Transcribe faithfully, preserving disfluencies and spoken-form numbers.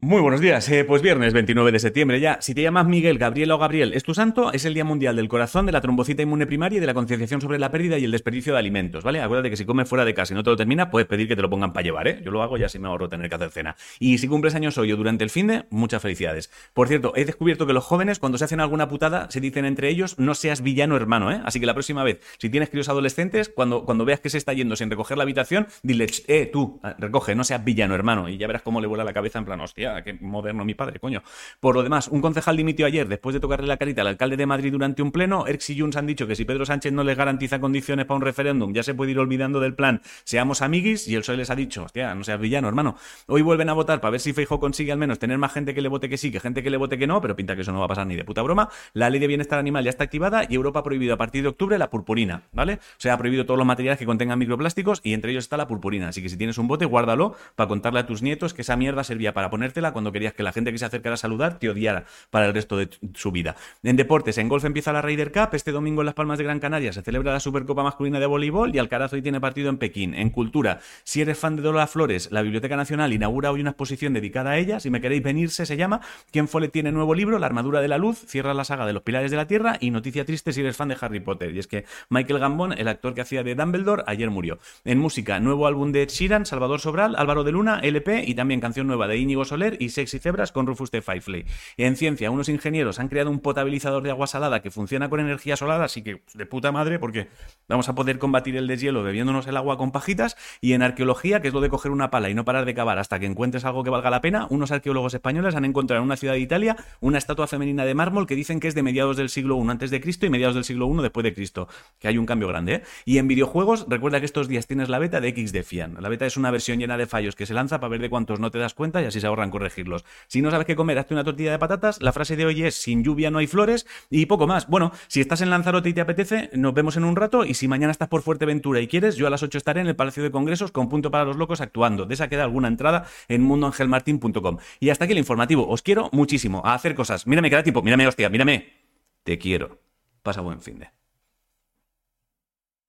Muy buenos días, eh, pues viernes veintinueve de septiembre ya. Si te llamas Miguel, Gabriela o Gabriel, es tu santo, es el Día Mundial del Corazón, de la trombocita inmune primaria y de la concienciación sobre la pérdida y el desperdicio de alimentos, ¿vale? Acuérdate que si comes fuera de casa y no te lo terminas, puedes pedir que te lo pongan para llevar, ¿eh? Yo lo hago y así me ahorro tener que hacer cena. Y si cumples años hoy o durante el finde, muchas felicidades. Por cierto, he descubierto que los jóvenes, cuando se hacen alguna putada, se dicen entre ellos, no seas villano hermano, ¿eh? Así que la próxima vez, si tienes críos adolescentes, cuando, cuando veas que se está yendo sin recoger la habitación, dile, eh, tú, recoge, no seas villano hermano. Y ya verás cómo le vuela la cabeza en plan, hostia, qué moderno mi padre, coño. Por lo demás, un concejal dimitió ayer después de tocarle la carita al alcalde de Madrid durante un pleno. Erx y Junts han dicho que si Pedro Sánchez no les garantiza condiciones para un referéndum, ya se puede ir olvidando del plan seamos amiguis, y el P S O E les ha dicho, hostia, no seas villano, hermano. Hoy vuelven a votar para ver si Feijóo consigue al menos tener más gente que le vote que sí que gente que le vote que no, pero pinta que eso no va a pasar ni de puta broma. La ley de bienestar animal ya está activada y Europa ha prohibido a partir de octubre la purpurina, ¿vale? O sea, ha prohibido todos los materiales que contengan microplásticos y entre ellos está la purpurina. Así que si tienes un bote, guárdalo para contarle a tus nietos que esa mierda servía para ponértela cuando querías que la gente que se acercara a saludar te odiara para el resto de su vida. En deportes, en golf empieza la Ryder Cup. Este domingo en Las Palmas de Gran Canaria se celebra la Supercopa masculina de voleibol y Alcaraz hoy tiene partido en Pekín. En cultura, si eres fan de Lola Flores, la Biblioteca Nacional inaugura hoy una exposición dedicada a ella. Si me queréis venirse, se llama ¿Quién Follett tiene nuevo libro? La armadura de la luz. Cierra la saga de los Pilares de la Tierra. Y noticia triste si eres fan de Harry Potter, y es que Michael Gambon, el actor que hacía de Dumbledore, ayer murió. En música, nuevo álbum de Ed Sheeran, Salvador Sobral, Álvaro de Luna, L P y también canción nueva de Íñigo Soler y Sexy Cebras con Rufus de Fifley. En ciencia, unos ingenieros han creado un potabilizador de agua salada que funciona con energía solar, así que de puta madre, porque vamos a poder combatir el deshielo bebiéndonos el agua con pajitas. Y en arqueología, que es lo de coger una pala y no parar de cavar hasta que encuentres algo que valga la pena, unos arqueólogos españoles han encontrado en una ciudad de Italia una estatua femenina de mármol que dicen que es de mediados del siglo primero antes de Cristo y mediados del siglo primero después de Cristo, que hay un cambio grande, ¿eh? Y en videojuegos, recuerda que estos días tienes la beta de X Defiant. La beta es una versión llena de fallos que se lanza para ver de cuántos no te das cuenta y así se ahorran corregirlos. Si no sabes qué comer, hazte una tortilla de patatas. La frase de hoy es: sin lluvia no hay flores, y poco más. Bueno, si estás en Lanzarote y te apetece, nos vemos en un rato, y si mañana estás por Fuerteventura y quieres, yo a las ocho estaré en el Palacio de Congresos con Punto para los Locos actuando. De esa queda alguna entrada en mundo angel martin punto com. Y hasta aquí el informativo. Os quiero muchísimo a hacer cosas. Mírame, que da tiempo. Mírame, hostia, mírame. Te quiero. Pasa buen finde.